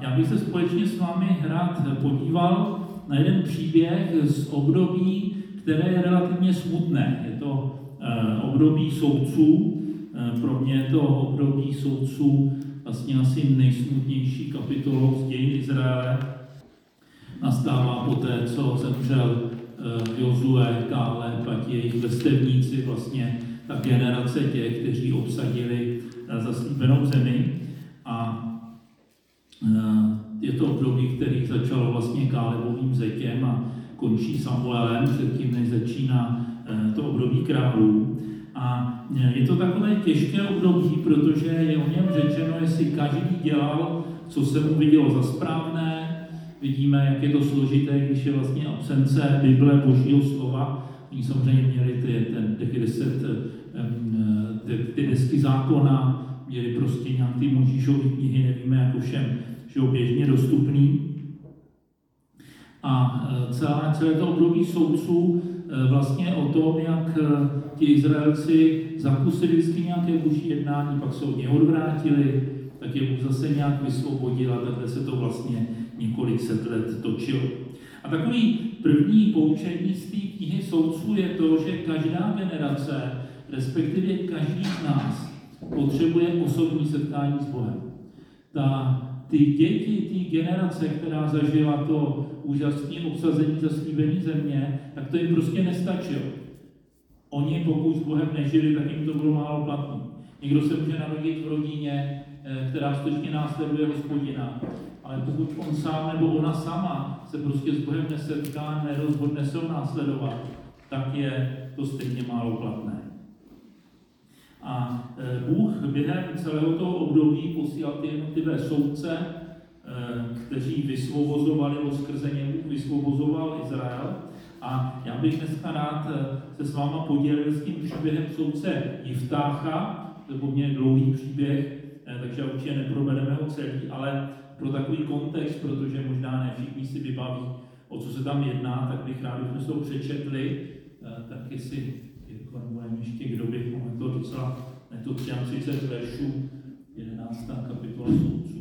Já bych se společně s vámi rád podíval na jeden příběh z období, které je relativně smutné. Je to období soudců. Pro mě je to období soudců vlastně asi nejsmutnější kapitolou z dějin Izraele. Nastává poté, co zemřel Jozue, Káleb a ti jejich vrstevníci, vlastně ta generace těch, kteří obsadili zaslíbenou zemi. A je to období, který začalo vlastně Kálebovým zetěm a končí Samuelem, předtím než začíná to období králů. A je to takové těžké období, protože je o něm řečeno, jestli každý dělal, co se mu vidělo za správné. Vidíme, jak je to složité, když je vlastně absence Bible, Božího slova. Oni samozřejmě měli ty desky zákona, měli prostě nějak ty Mojžíšovy knihy, nevíme, jak ovšem, že je běžně dostupný. A celé to období soudců vlastně o tom, jak ti Izraelci zakusili vždycky nějaké boží jednání, pak se od něj odvrátili, tak je Bůh zase nějak vysvobodil a takhle se to vlastně několik set let točilo. A takový první poučení z té knihy soudců je to, že každá generace, respektive každý z nás, potřebuje osobní setkání s Bohem. Ty děti, ty generace, která zažila to úžasné obsazení zaslíbené země, tak to jim prostě nestačilo. Oni, pokud s Bohem nežili, tak jim to bylo málo platné. Někdo se může narodit v rodině, která skutečně následuje Hospodina, ale pokud on sám nebo ona sama se prostě s Bohem nesetká, nerozhodne se ho následovat, tak je to stejně málo platné. A Bůh během celého toho období posílal ty jednotlivé soudce, kteří vysvobozovali, nebo skrze ně Bůh vysvobozoval Izrael. A já bych dneska rád se s váma podělil s tím příběhem soudce Jiftácha. To je poměrně dlouhý příběh, takže určitě neprovedeme ho celý, ale pro takový kontext, protože možná ne všichni si vybaví, o co se tam jedná, tak bych rád, kdybychom se ho přečetli, tak jestli budeme ještě, kdo by mohl to docela, je to 33 veršů, 11. kapitola soudců.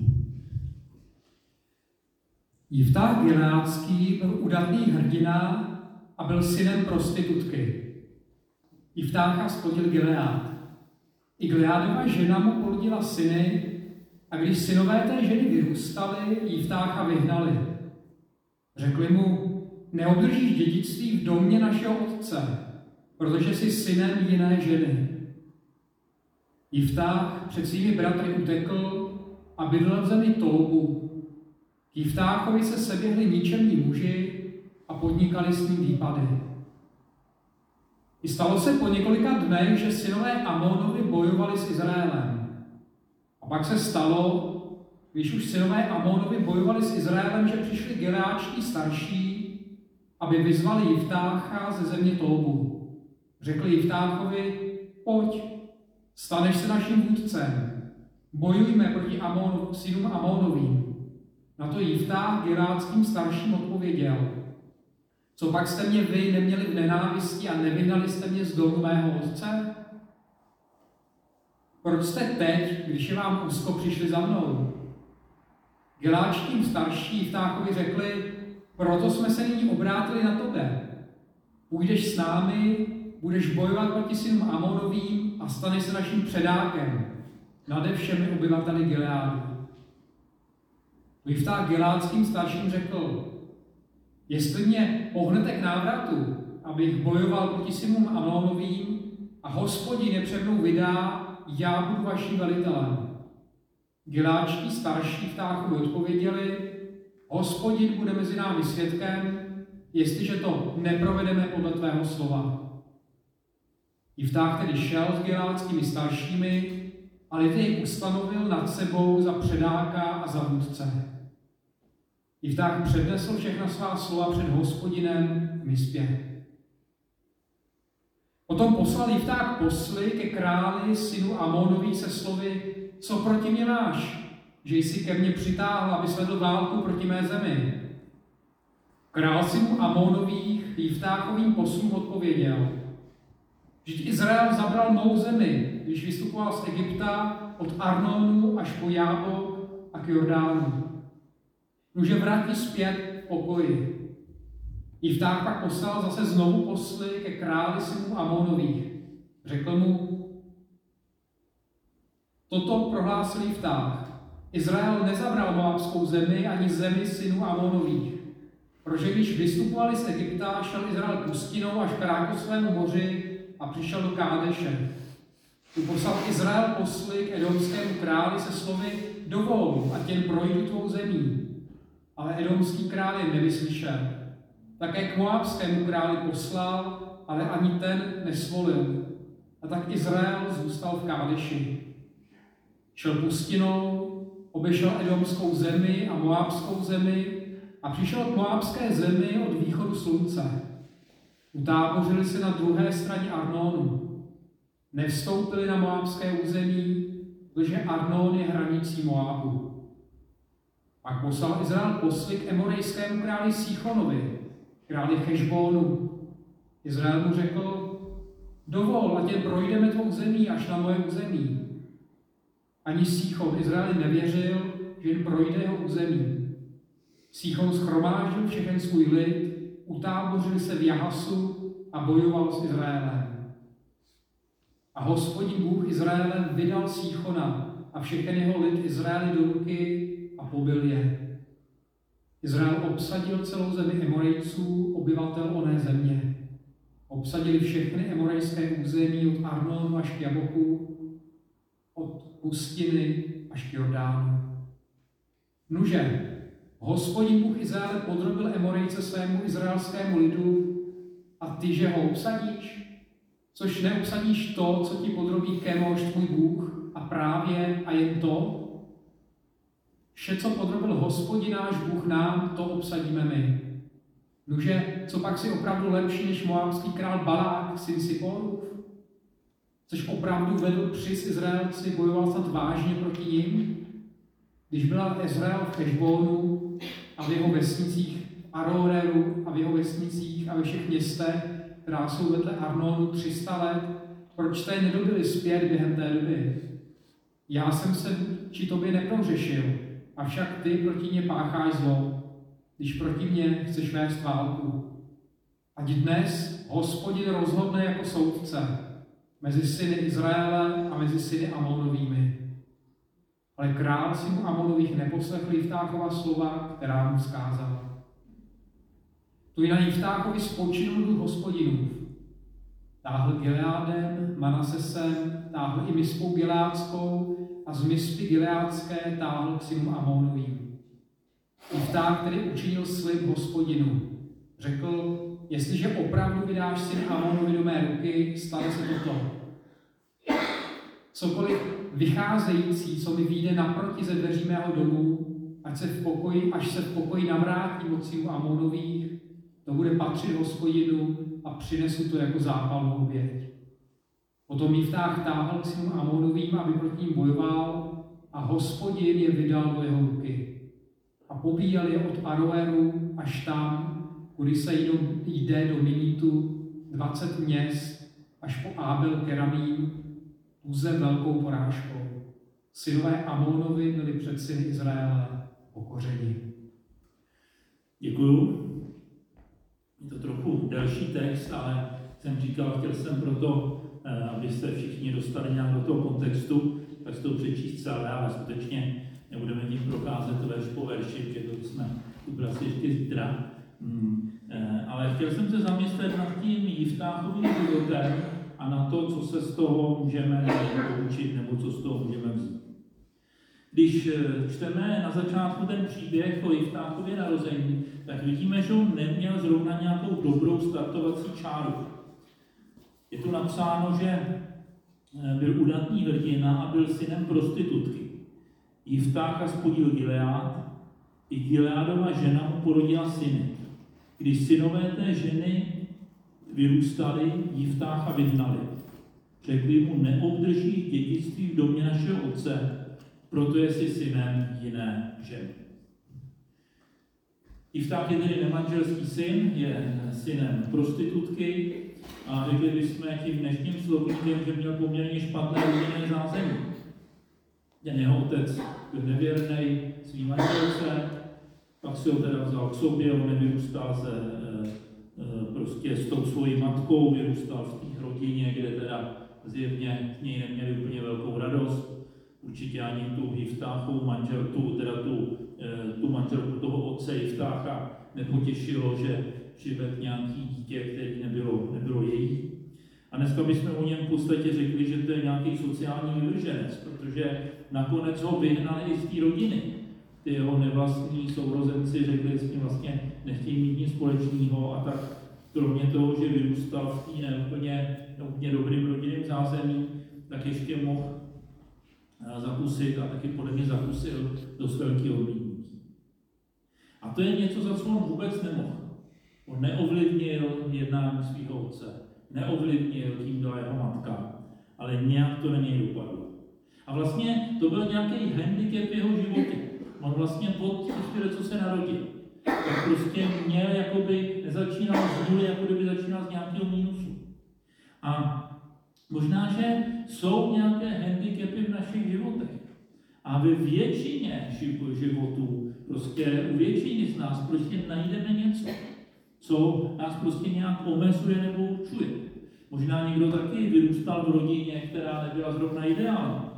Jiftách Gileádský byl udatný hrdina a byl synem prostitutky. Jiftácha splodil Gileád. I Gileádova žena mu plodila syny, a když synové té ženy vyrůstali, Jiftácha vyhnali. Řekli mu, neobdržíš dědictví v domě našeho otce, protože jsi synem jiné ženy. Jiftách před svými bratry utekl a bydlel v zemi Tolbu. K Jiftáchovi se seběhli ničemní muži a podnikali s ním výpady. I stalo se po několika dnech, že synové Amónovi bojovali s Izraelem. A pak se stalo, když už synové Amónovi bojovali s Izraelem, že přišli gileádští starší, aby vyzvali Jiftácha ze země Tolbu. Řekli Jiftáchovi, pojď, staneš se naším vůdcem, bojujme proti synům Amónovým. Na to Jiftách gileádským starším odpověděl, co pak jste mě vy neměli v nenávisti a nevyhnali jste mě z domu mého otce? Proč jste teď, když je vám úzko, přišli za mnou? Gileádštím starší Jiftáchovi řekli, proto jsme se nyní obrátili na tebe. Půjdeš s námi, budeš bojovat proti synům Amónovým a staneš se naším předákem nade všemi obyvateli Gileádu. Jiftách gileádským starším řekl, jestli mě pohnete k návratu, abych bojoval proti synům Amónovým a Hospodin je před mnou vydá, já budu vaším velitelem. Gileádští starší Jiftáchovi odpověděli, Hospodin bude mezi námi svědkem, jestliže to neprovedeme podle tvého slova. Jiftách tedy šel s gileádskými staršími a lid jej ustanovil nad sebou za předáka a za vůdce. Jiftách přednesl všechna svá slova před Hospodinem v Mispě. Potom poslal Jiftách posly ke králi synu Amónových se slovy, co proti mě máš, že jsi ke mně přitáhl, aby svedl válku proti mé zemi. Král synů Amónových Jiftáchovým poslům odpověděl, vždyť Izrael zabral mou zemi, když vystupoval z Egypta od Arnónu až po Jábok a k Jordánu. Nuže vrátí zpět v pokoji. Jiftách pak poslal zase znovu posly ke králi synů Amonových. Řekl mu, toto prohlásil Jiftách. Izrael nezabral Moabskou zemi ani zemi synů Amonových. Protože když vystupovali z Egypta, šel Izrael pustinou až k Rákosvému moři a přišel do Kádeše. Tu poslal Izrael posly k edomskému králi se slovy dovol, ať jen projdu tvou zemí. Ale edomský král je nevyslyšel. Také k moabskému králi poslal, ale ani ten nesvolil. A tak Izrael zůstal v Kádeši. Šel pustinou, obešel edomskou zemi a moabskou zemi a přišel k moabské zemi od východu slunce. Utábořili se na druhé straně Arnónu. Nevstoupili na moabské území, protože Arnón je hranicí Moabu. Pak poslal Izrael posly k emorejskému králi Síchonovi, králi Chešbónu. Izrael mu řekl, dovol, ať jen projdeme tvou zemí až na moje území. Ani Síchon Izraeli nevěřil, že jen projde jeho území. Síchon shromáždil všechen svůj lid, utábořili se v Jahasu a bojoval s Izraelem. A Hospodin Bůh Izraele vydal Síchona a všechen jeho lid Izraeli do ruky a pobil je. Izrael obsadil celou zemi Emorejců, obyvatel oné země. Obsadili všechny emorejské území od Arnónu až k Jaboku, od pustiny až k Jordánu. Nuže, Hospodin Bůh Izraele podrobil Emorejce svému izraelskému lidu a ty, že ho obsadíš? Což neobsadíš to, co ti podrobí Kémoš tvůj Bůh a právě a jen to? Vše, co podrobil Hospodin náš Bůh nám, to obsadíme my. Nuže, co pak si opravdu lepší než moabský král Balák, syn Siporův? Což opravdu vedl přis Izraelci, bojoval snad vážně proti nim? Když byla Izrael v Chešbónu a v jeho vesnicích, v Aroéru a v jeho vesnicích a ve všech městech, která jsou vedle Arnónu 300 let, proč jste je nedobili zpět během té doby? Já jsem se či tobě neprohřešil, avšak ty proti ně pácháš zlo, když proti mně chceš vést válku. Ať dnes Hospodin rozhodne jako soudce mezi syny Izraele a mezi syny Amonovými. Ale král synů Amonových neposlechl Jiftáchova slova, která mu vzkázal. Tu i na Jiftáchovi spočinul duch Hospodinův. Táhl Gileádem, Manasesem, táhl i Mispou Gileádskou a z Mispy Gileádské táhl k synům Amonovým. Jiftách tedy učinil slib Hospodinu. Řekl, jestliže opravdu vydáš syny Amonovi do mé ruky, stane se toto. Cokoliv vycházející, co mi vyjde naproti ze dveří mého domu, až se v pokoji navrátím od synů Amonových, to bude patřit Hospodinu a přinesu to jako zápalnou oběť. Potom Jiftách táhl k synům Amonovým, aby proti ním bojoval, a Hospodin je vydal do jeho ruky. A pobíjel je od Aroéru až tam, kudy se jde do Minitu, 20 měst, až po Ábel Keramím, tuze velkou porážkou. Synové Amonovi byli před syny Izraele pokořeni. Děkuju. Je to trochu delší text, ale jsem říkal, chtěl jsem proto, abyste všichni dostali nějak do toho kontextu, tak si to přečíst celé, ale skutečně nebudeme tím procházet verš po verši, protože to jsme ubrali ještě zítra. Ale chtěl jsem se zamyslet nad tím Jiftáchovým životem a na to, co se z toho můžeme poučit, nebo co z toho můžeme vzít. Když čteme na začátku ten příběh o Jiftáchově narození, tak vidíme, že on neměl zrovna nějakou dobrou startovací čáru. Je tu napsáno, že byl udatný hrdina a byl synem prostitutky. Jiftácha spodil Gileád, i Gileádova žena mu porodila syny. Když synové té ženy vyrůstali, Jiftácha vyhnali. Řekli mu, neobdržíš dědictví v domě našeho otce, proto je si synem jiné ženy. Jiftách je tedy nemanželský syn, je synem prostitutky a řekli bychom tím dnešním slovníkem, že měl poměrně špatné rodinné zázemí. Ten jeho otec byl nevěrný svým manželce, pak si ho teda vzal k sobě, on nevyrůstal prostě s tou svojí matkou, vyrůstal v té rodině, kde teda zjevně z něj neměli úplně velkou radost. Určitě ani tu Jiftáchovou manželku, teda tu manželku toho otce Jiftácha nepotěšilo, že žive nějaký dítě, který nebylo její. A dneska bychom o něm v podstatě řekli, že to je nějaký sociální vyvrženec, protože nakonec ho vyhnali i z té rodiny. Ty jeho nevlastní sourozenci řekli, že s tím vlastně nechtějí mít nic společného, a tak kromě toho, že vyrůstal v té neúplně dobrým rodinným zázemí, tak ještě mohl zakusit a taky podle mě zakusil dost velký odmítnutí. A to je něco, za co on vůbec nemohl. On neovlivnil jednání svého otce, neovlivnil, kým byla jeho matka, ale nějak to na něj dopadlo. A vlastně to byl nějaký handicap v jeho životě. On vlastně od chvíle, co se narodil, tak prostě měl, jakoby nezačínal z nuly, jako kdyby začínal z nějakého mínusu. A možná, že jsou nějaké handicapy v našich životech. A ve většině životů, prostě u většiny z nás prostě najdeme něco, co nás prostě nějak omezuje nebo určuje. Možná někdo taky vyrůstal v rodině, která nebyla zrovna ideální.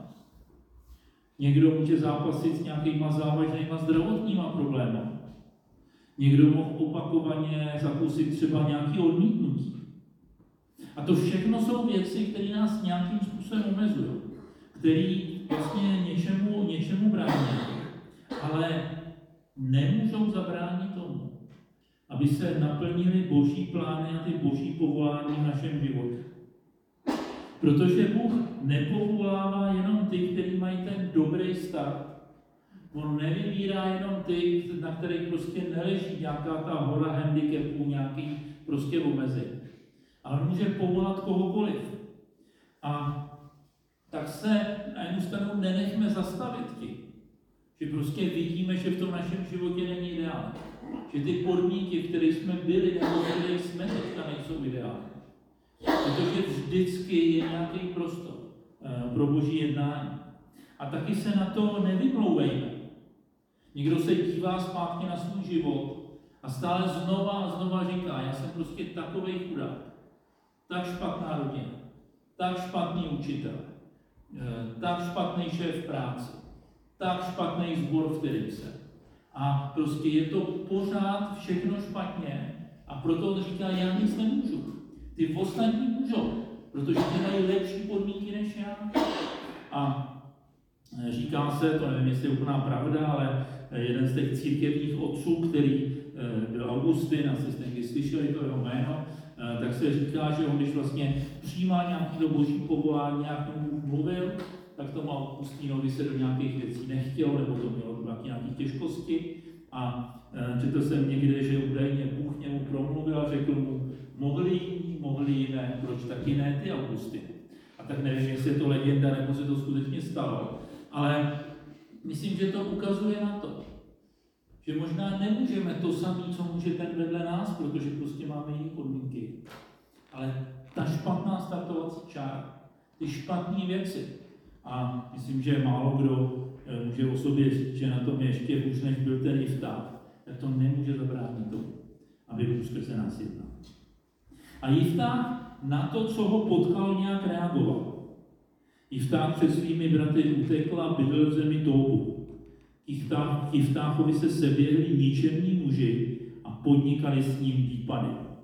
Někdo může zápasit s nějakýma závažnýma zdravotníma problémy. Někdo mohl opakovaně zakusit třeba nějaké odmítnutí. A to všechno jsou věci, které nás nějakým způsobem omezují, které vlastně něčemu brání, ale nemůžou zabránit tomu, aby se naplnily boží plány a ty boží povolání v našem životě. Protože Bůh nepovolává jenom ty, kteří mají ten dobrý start. On nevybírá jenom ty, na kterých prostě neleží nějaká ta hora handicapů, nějaký prostě omezení. Ale může povolat kohokoliv. A tak se na jednu stranu nenechme zastavit tím, že prostě vidíme, že v tom našem životě není ideální. Že ty podmínky, v kterých jsme byli nebo v kterých jsme teďka, nejsou ideální. Protože vždycky je nějaký prostor pro boží jednání. A taky se na to nevymlouvejme. Někdo se dívá zpátky na svůj život a stále znova a znova říká, já jsem prostě takovej chudák, tak špatná rodina, tak špatný učitel, tak špatný šéf práce, tak špatný sbor, v kterém jsem. A prostě je to pořád všechno špatně a proto on říká, já nic nemůžu. Ty ostatní můžou, protože ty mají lepší podmínky než já. A říká se, to nevím, jestli je úplná pravda, ale jeden z těch církevních otců, který byl Augustin, asi jste někdy slyšeli to jeho jméno, tak se říká, že on když vlastně přijímal nějaké boží povolání, nějak tomu mluvil, tak tomu Augustinovi se do nějakých věcí nechtělo, nebo to mělo nějaké těžkosti. A četl jsem někde, že údajně Bůh němu promluvil a řekl mu, mohli jiné, proč taky ne ty, Augustiny. A tak nevím, jestli je to legenda, nebo se to skutečně stalo, ale myslím, že to ukazuje na to, že možná nemůžeme to samé, co může ten vedle nás, protože prostě máme jiné podmínky. Ale ta špatná startovací čára, ty špatné věci. A myslím, že málo kdo může o sobě říct, že na tom je ještě hůř, než byl ten Jiftách, tak to nemůže zabránit tomu, aby Bůh skrze nás jednal. A Jiftách na to, co ho potkal, nějak reagoval. Jiftách před svými bratry utekl a bydlel v zemi Tóbu. K Jiftáchovi se seběhli ničemní muži a podnikali s ním výpady.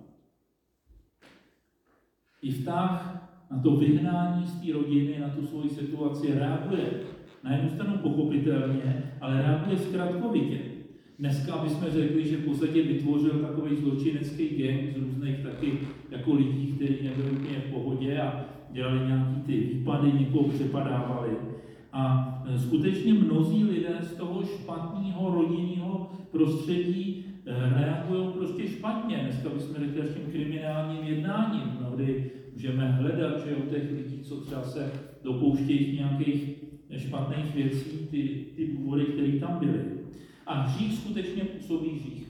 Jiftách na to vyhnání z té rodiny, na tu svoji situaci reaguje. Na jednu stranu pochopitelně, ale reaguje zkratkovitě. Dneska bychom řekli, že v podstatě vytvořil takový zločinecký gang z různých taky jako lidí, kteří nebyli úplně v pohodě a dělali nějaký ty výpady, někoho přepadávali. A skutečně mnozí lidé z toho špatného rodinného prostředí reagují prostě špatně. Dneska bychom řekli až tím kriminálním jednáním. Mnohdy můžeme hledat, že u těch lidí, co třeba se dopouštějí nějakých špatných věcí, ty důvody, které tam byly. A hřích skutečně působí hřích.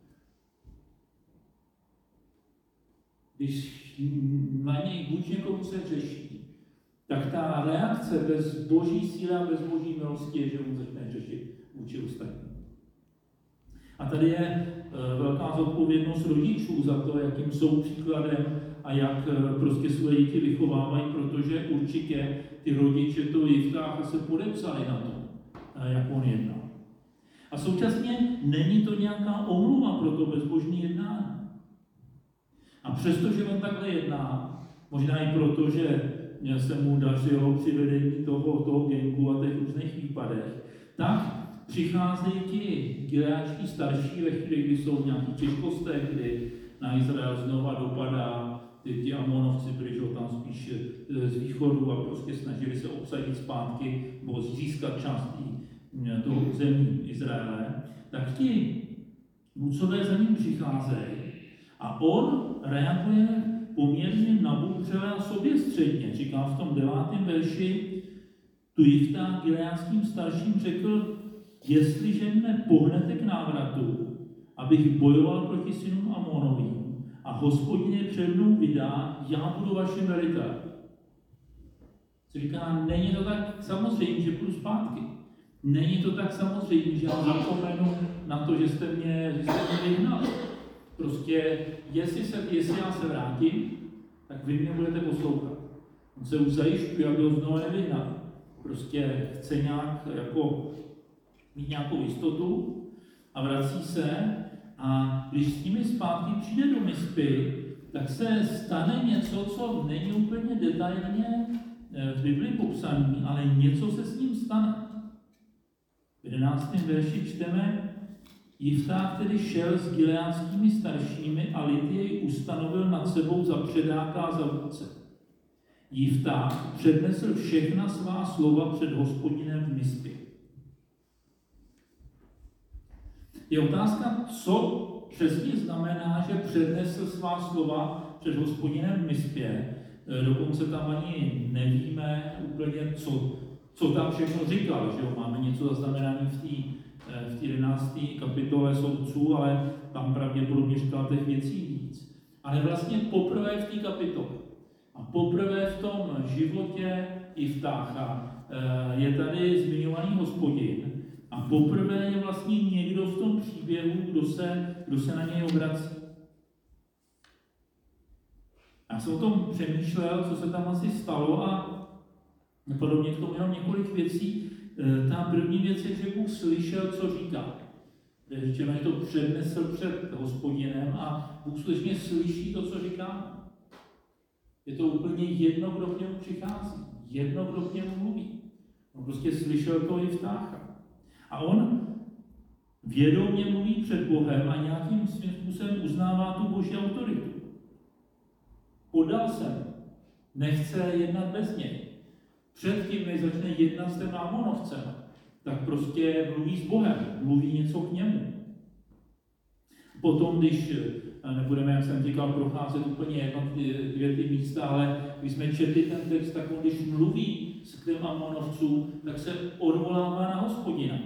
Když na něj buď někomu se řeší, tak ta reakce bez boží síly a bez boží milosti je, že on začne řešit vůči ostatním. A A tady je velká zodpovědnost rodičů za to, jakým jsou příkladem a jak prostě své děti vychovávají, protože určitě ty rodiče to Jiftácha se podepsali na to, jak on jednal. A současně není to nějaká omluva pro to bezbožné jednání. A přestože on takhle jedná, možná i proto, že se mu dařilo při vedení toho gangu a těch různých výpadech, tak přicházejí ti gileáčtí starší ve chvíli, kdy jsou v nějakých těžkostech, kdy na Izrael znova dopadá ti Amonovci, protože tam spíš z východu a prostě snažili se obsadit zpátky nebo získat část toho území Izraele, tak ti vůdcové za ním přicházejí a on reaguje poměrně nabouřele a soběstředně. Říká v tom 9. verši, tu Jiftách gileádským starším řekl, jestliže mne pohnete k návratu, abych bojoval proti synům Amonovým a Hospodin je před mnou vydá, já budu vaším velitelem. Říká, není to tak samozřejmě, že půjdu zpátky. Není to tak samozřejmě, že já zapomenu na to, že jste mě vyhnali. Prostě, jestli já se vrátím, tak vy mě budete poslouchat. On se už zajišťuje, aby ho znovu nevyhnali. Prostě chce nějak mít nějakou jistotu a vrací se a když s nimi zpátky přijde do Mispy, tak se stane něco, co není úplně detailně v Biblii popsané, ale něco se s ním stane. V 11. verši čteme, Jiftách tedy šel s gileádskými staršími a lid jej ustanovil nad sebou za předáka a za vůdce. Jiftách přednesl všechna svá slova před Hospodinem v Mispě. Je otázka, co přesně znamená, že přednesl svá slova před Hospodinem v Mispě. Dokonce tam ani nevíme úplně, co tam všechno říkal, že jo? Máme něco zaznamenané v té 11. kapitole soudců, ale tam pravděpodobně říkal těch věcí víc. Ale vlastně poprvé v té kapitole a poprvé v tom životě Jiftácha je tady zmiňovaný Hospodin a poprvé je vlastně někdo v tom příběhu, kdo se na něj obrací. Já jsem o tom přemýšlel, co se tam asi stalo a podobně k tomu jenom několik věcí. Ta první věc je, že Bůh slyšel, co říká. Řečeno, že to přednesl před Hospodinem a Bůh skutečně slyší to, co říká. Je to úplně jedno, kdo k němu přichází. Jedno, kdo k němu mluví. On prostě slyšel toho Jiftácha. A on vědomě mluví před Bohem a nějakým svým způsobem uznává tu boží autoritu. Podal jsem. Nechce jednat bez něj. Předtím, než začne jednat s těm Amonovcem, tak prostě mluví s Bohem, mluví něco k němu. Potom, když nebudeme, jak jsem říkal, procházet úplně jednotlivé ty místa, ale když jsme četli ten text, tak on, když mluví s těm Amonovcům, tak se odvolává na Hospodina.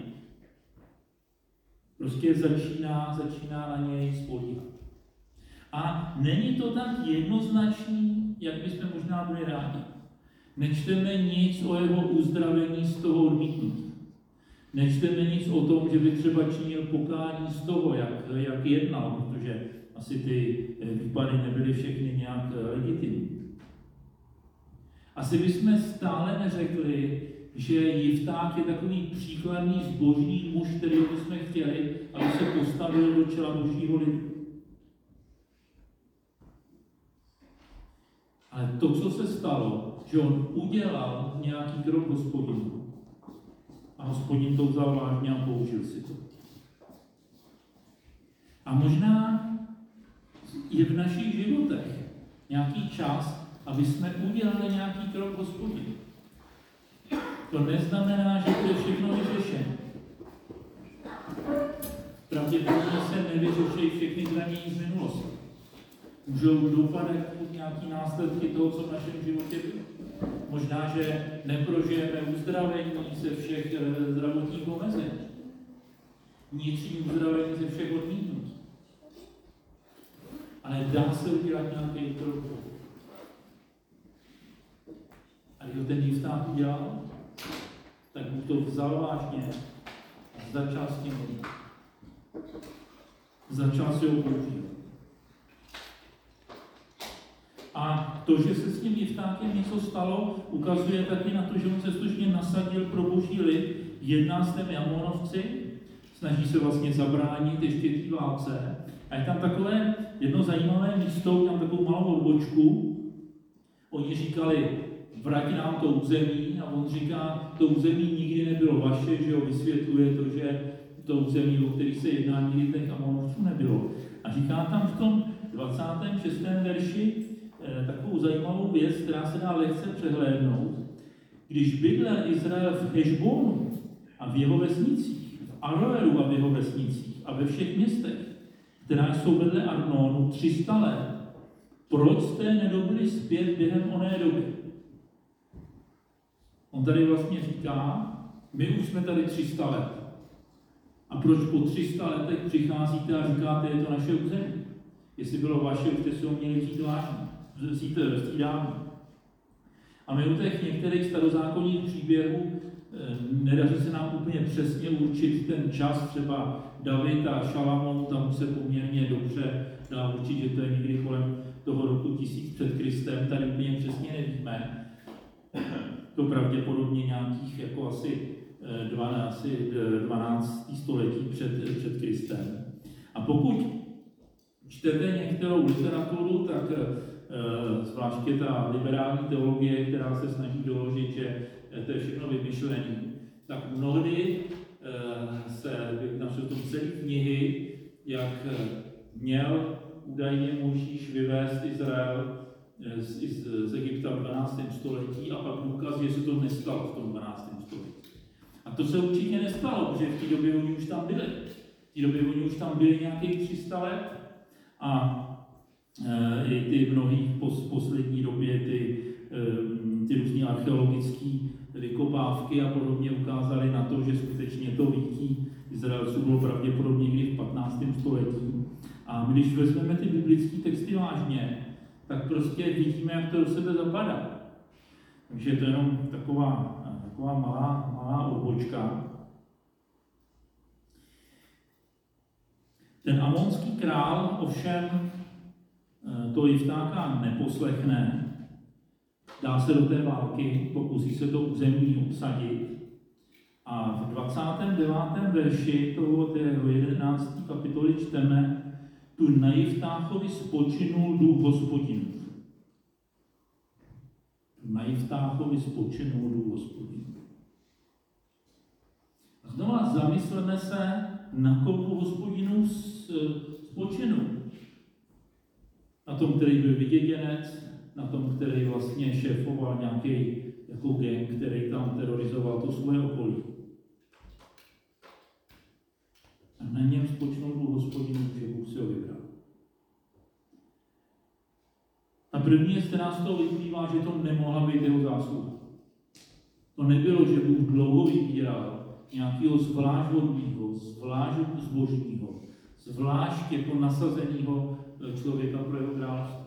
Prostě začíná na něj spolíhat. A není to tak jednoznačný, jak bychom možná byli rádi. Nečteme nic o jeho uzdravení z toho odmítnutí. Nečteme nic o tom, že by třeba činil pokání z toho, jak jednal, protože asi ty výpady nebyly všechny nějak legitimní. Asi bychom stále neřekli, že Jiftách je takový příkladný zbožný muž, který bychom chtěli, aby se postavil do čela božího lidu. Ale to, co se stalo, že on udělal nějaký krok Hospodinu a Hospodin to vzal vážně a použil si to. A možná je v našich životech nějaký čas, aby jsme udělali nějaký krok Hospodinu. To neznamená, že to je všechno vyřešené. Pravděpodobně se nevyřešejí všechny zranění z minulosti. Můžou dopadat nějaký následky toho, co v našem životě bylo. Možná, že neprožijeme uzdravení ze všech zdravotních omezení. Vnitřní uzdravení ze všech odmítnutí. Ale dá se udělat nějaký krok. A když ho ten Jiftách udělal, tak mu to vzal vážně a začal s tím mluvit. Začal si ho používat. A to, že se s tím Jiftákem něco stalo, ukazuje taky na to, že on se skutečně nasadil pro boží lid, jedná s těmi Amonovci, snaží se vlastně zabránit ještě té válce. A je tam takové jedno zajímavé místo, tam takovou malou odbočku. Oni říkali, vrať nám to území, a on říká, to území nikdy nebylo vaše, že jo, vysvětluje to, že to území, o který se jedná, nikdy těch Amonovců nebylo. A říká tam v tom 26. verši takovou zajímavou věc, která se dá lehce přehlédnout. Když bydlel Izrael v Hešbonu a v jeho vesnicích, v Aroeru a v jeho vesnicích a ve všech městech, která jsou vedle Arnónu 300 let, proč jste nedobili zpět během oné doby? On tady vlastně říká, my už jsme tady 300 let. A proč po 300 letech přicházíte a říkáte, je to naše území? Jestli bylo vaše, už jste si ho měli vzít vážně, vzít dávno. A my u těch některých starozákonních příběhů nedaří se nám úplně přesně určit ten čas, třeba David a Šalamón, tam se poměrně dobře dá určit, že to je někdy kolem toho roku 1000 před Kristem, tady úplně přesně nevíme. To pravděpodobně nějakých jako asi 12. století před Kristem. A pokud čtete některou literaturu, tak zvláště ta liberální teologie, která se snaží doložit, že to je všechno vymyšlené, tak mnohdy se například tom celé knihy, jak měl údajně Mojžíš vyvést Izrael z Egypta v 12. století a pak důkaz, že se to nestalo v tom 12. století. A to se určitě nestalo, protože v té době oni už tam byli. V té době oni už tam byli nějakých 300 let a i ty mnohý v poslední době ty různé archeologické vykopávky a podobně ukázaly na to, že skutečně to výtí Izraelců bylo pravděpodobně někdy v 15. století. A když vezmeme ty biblické texty vážně, tak prostě vidíme, jak to do sebe zapadá. Takže to je jenom taková malá odbočka. Ten amonský král ovšem to Jiftáka neposlechne, dá se do té války, pokusí se to území obsadit. A v 29. verši toho 11. kapitoly čteme, tu na Jiftáchovi spočinul duch Hospodinův. Na Jiftáchovi spočinul duch Hospodinův. A znova zamysleme se, na komu Hospodinův spočinul. Na tom, který byl vyděděnec, na tom, který vlastně šéfoval nějaký jako gang, který tam terorizoval to svoje okolí. A na něm spočinul duch Hospodinův, že Bůh si ho vybral. A první věc, která z toho vyplývá, že to nemohla být jeho zásluha. To nebylo, že Bůh dlouho vybíral nějakého zvlášť hodného, zvlášť zbožního, zvlášť jako nasazeného člověka pro jeho království.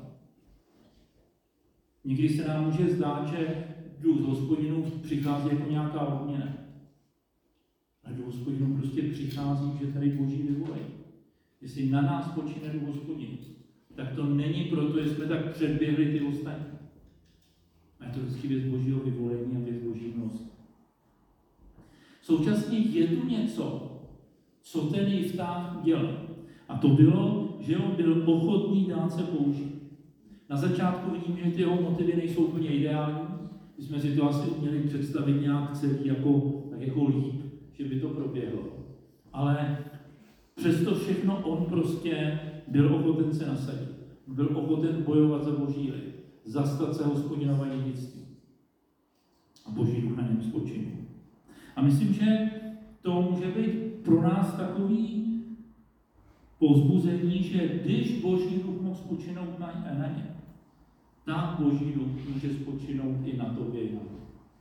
Někdy se nám může zdát, že duch Hospodinův přichází jako nějaká odměna. A duch Hospodinův prostě přichází, že tady boží vyvolení. Jestli na nás počíne duch Hospodinův, tak to není proto, že jsme tak předběhli ty ostatní. A je to vždycky věc božího vyvolení a věc boží milosti. Současně je tu něco, co ten Jiftách udělal. A to bylo, že on byl ochotný dát se použít. Na začátku vidím, že ty jeho motivy nejsou úplně ideální. My jsme si to asi uměli představit nějak celý tak jako líp, že by to proběhlo. Ale přesto všechno on prostě byl ochoten se nasadit. Byl ochoten bojovat za boží lid. Zastat se Hospodinova dědictví. A boží duch na něm spočinul. A myslím, že to může být pro nás takový povzbuzení, že když boží duch mohl spočinout na něm, tak boží duch může spočinout i na tobě i na to.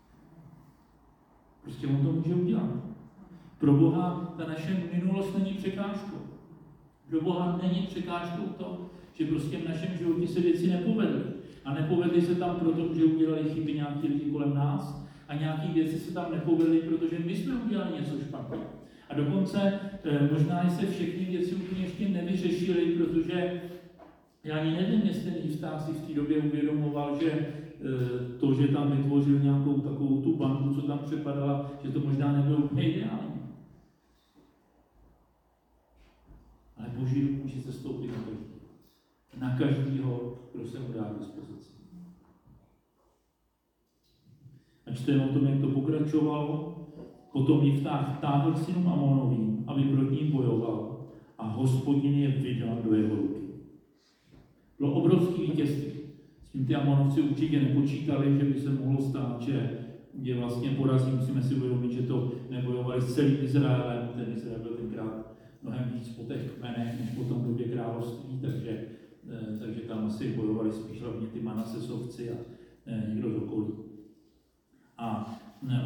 Prostě on to může udělat. Pro Boha ta naše minulost není překážkou. Pro Boha není překážkou to, že prostě v našem životě se věci nepovedly. A nepovedly se tam proto, že udělali chyby nějaký lidi kolem nás a nějaké věci se tam nepovedly, protože my jsme udělali něco špatně. A dokonce možná se všechny věci úplně ještě nevyřešily. protože já ani nevím, jestli ten Jiftách si v té době uvědomoval, že to, že tam vytvořil nějakou takovou tu bandu, co tam přepadala, že to možná nebylo úplně ideální. Ale Boží ruku může se stoupit na každého. Na každého, kdo se mu dá k dispozici. A čteme o tom, jak to pokračovalo. Potom Jiftách táhl synům Amonovým, aby proti ním bojoval, a Hospodin je vydal do jeho ruky. Bylo obrovský vítězství. S tím ty Amonovci určitě nepočítali, že by se mohlo stát, že je vlastně porazí. Musíme si uvědomit, že to nebojovali s celým Izraelem. Ten Izrael byl tenkrát mnohem víc po těch kmenech, než po tom době království, takže tam asi bojovali spíš hlavně ty Manasesovci a někdo z okolí. A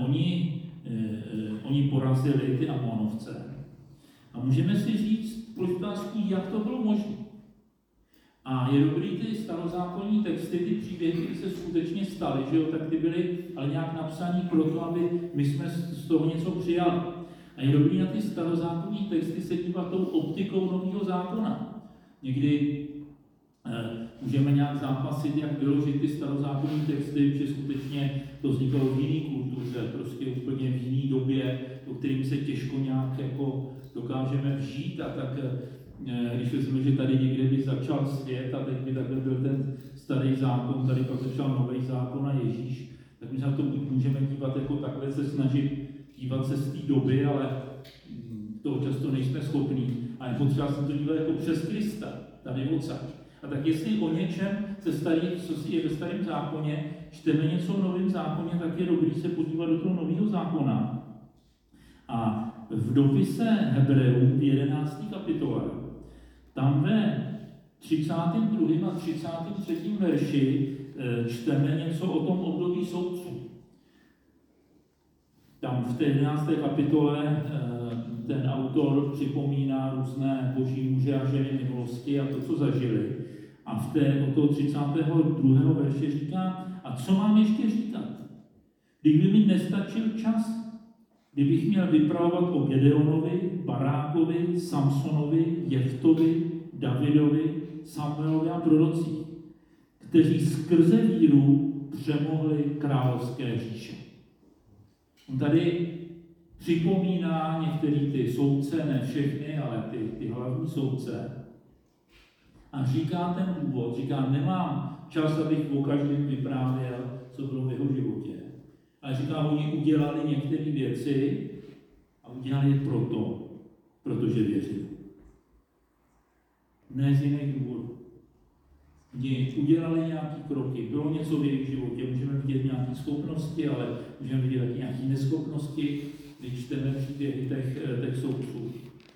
oni porazili ty Amonovce. A můžeme si říct pro otázku, jak to bylo možné. A je dobrý ty starozákonní texty, ty příběhy, které se skutečně staly, že jo, tak ty byly ale nějak napsané proto, aby my jsme z toho něco přijali. A je dobrý na ty starozákonní texty se dívat tou optikou Nového zákona. Někdy můžeme nějak zápasit, jak vyložit ty starozákonní texty, že skutečně to vzniklo v jiné kultuře, prostě úplně v jiné době, o kterým se těžko nějak jako dokážeme vžít. A tak, když vezmeme, že tady někde by začal svět a teď by takhle byl ten starý zákon, tady pak začal nový zákon a Ježíš, tak my se na to můžeme dívat jako takhle, se snažit dívat se z té doby, ale toho často nejsme schopní. A je potřeba se to dívat jako přes Krista, tady odsaď. A tak jestli o něčem, co si je ve starém zákoně, čteme něco v novém zákoně, tak je dobrý se podívat do toho nového zákona. A v dopise Hebreům v 11. kapitole, tam ve 32. a 33. verši čteme něco o tom období soudců. Tam v té 11. kapitole ten autor připomíná různé boží muže a ženy minulosti a to, co zažili. A od toho 32. verše říká, a co mám ještě říkat? Kdyby mi nestačil čas, kdybych měl vypravovat o Gedeonovi, Barákovi, Samsonovi, Jeftovi, Davidovi, Samuelovi a prorocích, kteří skrze víru přemohli královské říše. On tady připomíná některé ty soudce, ne všechny, ale ty hlavní soudce. A říká ten důvod, říká, nemám čas, abych o každém vyprávěl, co bylo v jeho životě. Ale říká, oni udělali některé věci a udělali je protože věřili. Ne z jiných důvodů. Oni udělali nějaké kroky, bylo něco v jejich životě, můžeme vidět nějaké schopnosti, ale můžeme vidět taky nějaké neschopnosti, když čteme příběhy těch soudců.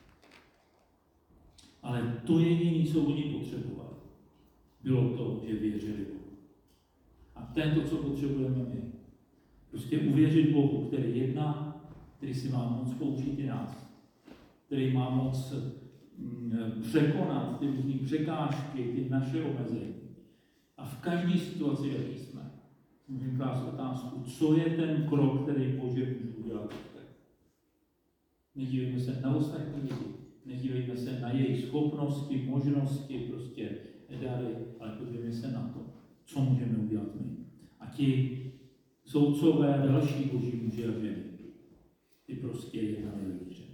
Ale to jediné, co oni potřebovali, bylo to, že věřili Bohu. A tento, co potřebujeme my, prostě uvěřit Bohu, který jedná, který si má moc použít i nás, který má moc překonat ty různé překážky, ty naše omezení. A v každé situaci, v jaké jsme, můžeme klást otázku, co je ten krok, který Bože můžu udělat. Nedívejme se na ostatní lidi, nedívejme se na jejich schopnosti, možnosti, prostě dary, ale podívejme se na to, co můžeme udělat my. A ti soudcové, další boží muži a ženy, ty prostě jednali ve víře.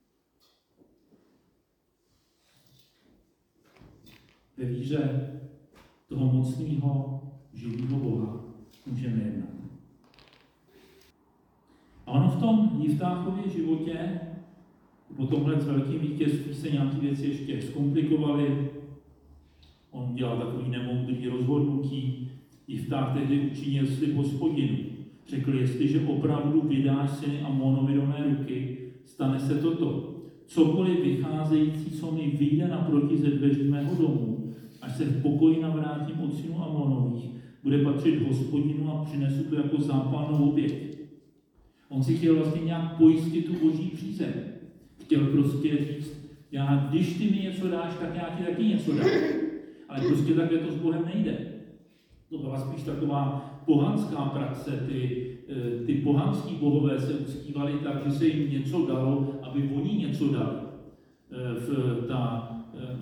Ve víře toho mocného, živého Boha můžeme jednat. A ono v tom Jiftáchově životě po tomhle s velkým vítězství se nějaké věci ještě zkomplikovaly. On dělal takový nemoudrý rozhodnutí. Jiftách tehdy učinil slib Hospodinu. Řekl, jestliže opravdu vydáš syny Amonovi do mé ruky, stane se toto. Cokoliv vycházející, co mi vyjde naproti ze dveří mého domu, až se v pokoji navrátím od synů Amonových, bude patřit Hospodinu a přinesu to jako zápalnou oběť. On si chtěl vlastně nějak pojistit tu boží přízeň. Chtěl prostě říct, když ty mi něco dáš, tak já ti taky něco dám. Ale prostě takhle to s Bohem nejde. To byla spíš taková pohanská praxe. Ty pohanský bohové se uctívali tak, že se jim něco dalo, aby oni něco dali.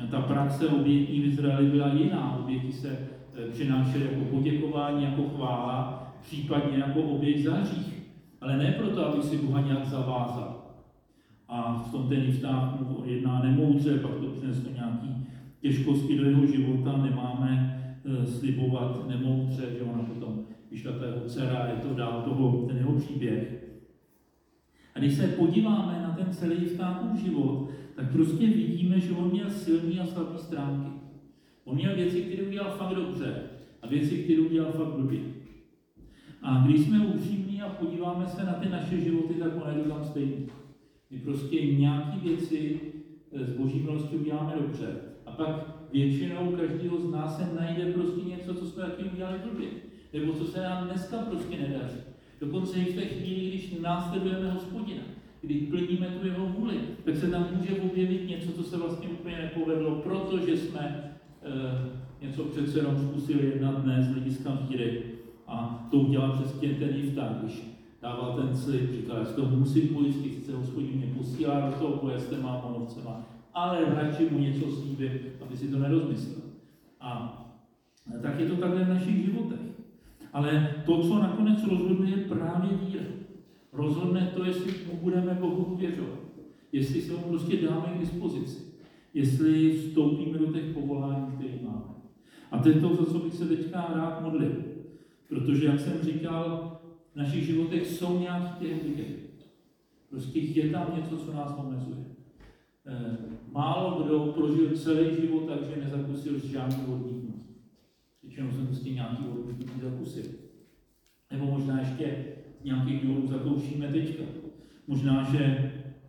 ta praxe obětí v Izraeli byla jiná. Oběti se přinášely jako poděkování, jako chvála, případně jako oběť za hřích. Ale ne proto, aby si Boha nějak zavázal. A v tom ten Jiftách mu jedná nemoudře, pak to přineslo nějaký těžkosti do jeho života, nemáme slibovat nemoudře, že ona potom vyšla ta jeho dcera, je to dál ten jeho příběh. A když se podíváme na ten celý Jiftáchův život, tak prostě vidíme, že on měl silný a slabý stránky. On měl věci, které udělal fakt dobře a věci, které udělal fakt blbě. A když jsme upřímní a podíváme se na ty naše životy, tak on je to tam stejný. My prostě nějaké věci z Boží milosti uděláme dobře. A pak většinou každého z nás se najde prostě něco, co jsme taky udělali blbě. Nebo co se nám dneska prostě nedaří. Dokonce i v té chvíli, když následujeme Hospodina, když plníme tu jeho vůli, tak se tam může objevit něco, co se vlastně úplně nepovedlo, protože jsme něco přece jenom zkusili jednat dnes z hlediska víry. A to udělal přesně ten Jiftách, když dával ten slib, říkal, že to musím pojistit, sice Hospodin mě posílá do toho boje s těma Amonovcema, ale radši mu něco slíbím, aby si to nerozmyslel. A tak je to takhle v našich životech. Ale to, co nakonec rozhodne, je právě víra. Rozhodne to, jestli mu budeme Bohu důvěřovat. Jestli se mu prostě dáme k dispozici. Jestli vstoupíme do těch povolání, které máme. A to je to, za co bych se teďka rád modlil. Protože, jak jsem říkal, v našich životech jsou nějaké handicapy. Prostě je tam něco, co nás omezuje. Málo kdo prožil celý život, takže nezakusil žádný odmítnutí. Většinou jsem prostě nějaký odmítnutí zakusil. Nebo možná ještě nějakých důvodů zakoušíme teďka. Možná, že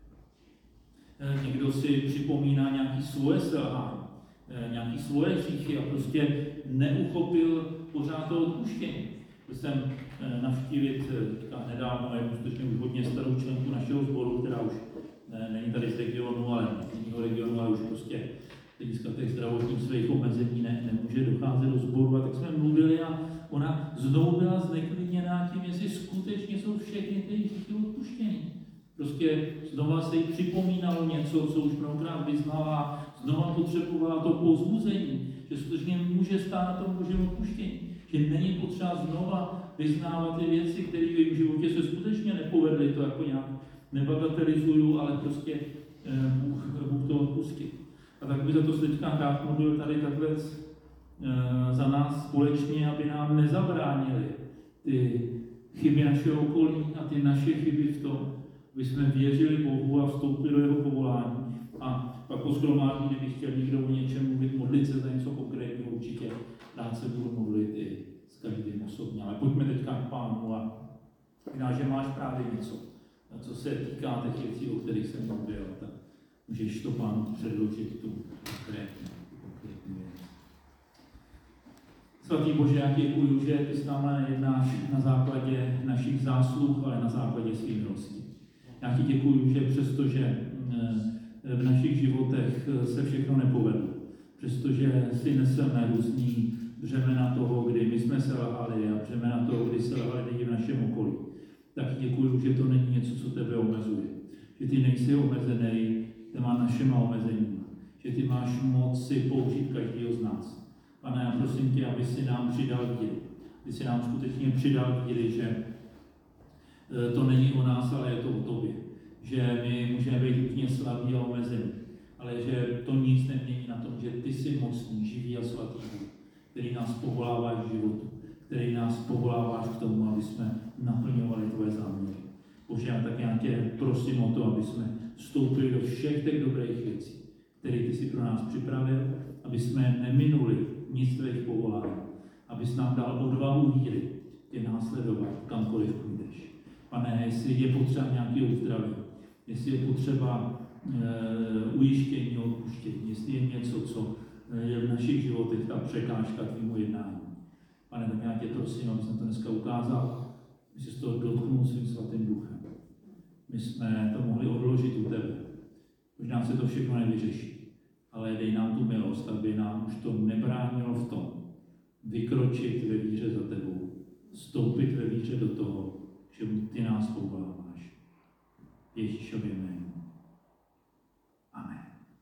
někdo si připomíná nějaké svoje selhání, nějaké svoje hříchy a prostě neuchopil pořád to odpuštění. Byl jsem navštívit nedávno jednu skutečně už hodně starou členku našeho sboru, která už není tady z regionu, ale z jiného regionu, ale už prostě hlediska těch zdravotních svých omezení nemůže docházet do sboru. A tak jsme mluvili a ona znovu byla zneklidněná tím, jestli skutečně jsou všechny ty hříchy odpuštěny. Prostě znova se jí připomínalo něco, co už mnohokrát vyznala, znova potřebovala to povzbuzení, že skutečně může stát na tom Božím odpuštění. Že není potřeba znova vyznávat ty věci, které v jejím životě se skutečně nepovedly, to jako nějak nebagatelizuju, ale prostě Bůh to odpustí. A tak by za to se teďka rád modlil tady takhle za nás společně, aby nám nezabránili ty chyby našeho okolí a ty naše chyby v tom, aby jsme věřili Bohu a vstoupili do jeho povolání. A pak po shromáždění, kdyby chtěl někdo o něčem mluvit, modlit se za něco konkrétního, určitě rád se budu modlit i s každým osobně. Ale pojďme teďka k Pánu a možná, že máš právě něco, co se týká těch věcí, o kterých jsem mluvil, tak můžeš to Pánu předložit tu konkrétní věc. Svatý Bože, já děkuju, že ty s námi nejednáš na základě našich zásluh, ale na základě svých milostí. Já ti děkuju, že přestože v našich životech se všechno nepovedlo, přestože si neseme různý břemena toho, kdy my jsme selhali a břemena toho, kdy selhali lidi v našem okolí, tak děkuju, že to není něco, co tebe omezuje. Že ty nejsi omezený těma našima omezeníma. Že ty máš moc si použít každého z nás. Pane, já prosím tě, aby si nám přidal víru. Aby si nám skutečně přidal víry, že to není o nás, ale je to o tobě. Že my můžeme být úplně slabí a omezení, ale že to nic nemění na tom, že ty jsi mocný, živý a svatý, který nás povolává k životu, který nás povoláváš k tomu, aby jsme naplňovali tvoje záměry. Bože, já tě prosím o to, aby jsme vstoupili do všech těch dobrých věcí, které ty si pro nás připravil, aby jsme neminuli nic tvých povolání, abys nám dal odvahu víry tě následovat, kamkoliv půjdeš. Pane, jestli je potřeba nějakého uzdraví, jestli je potřeba ujištění, odpuštění, jestli je něco, co je v našich životech ta překážka tvému jednání. Pane, tak já tě prosím, aby jsem to dneska ukázal, aby jsi z toho dotknul svým svatým duchem. My jsme to mohli odložit u tebe. Možná se to všechno nevyřeší, ale dej nám tu milost, aby nám už to nebránilo v tom vykročit ve víře za tebou, vstoupit ve víře do toho, že ty nás povoláváš. Ježíšově jméně.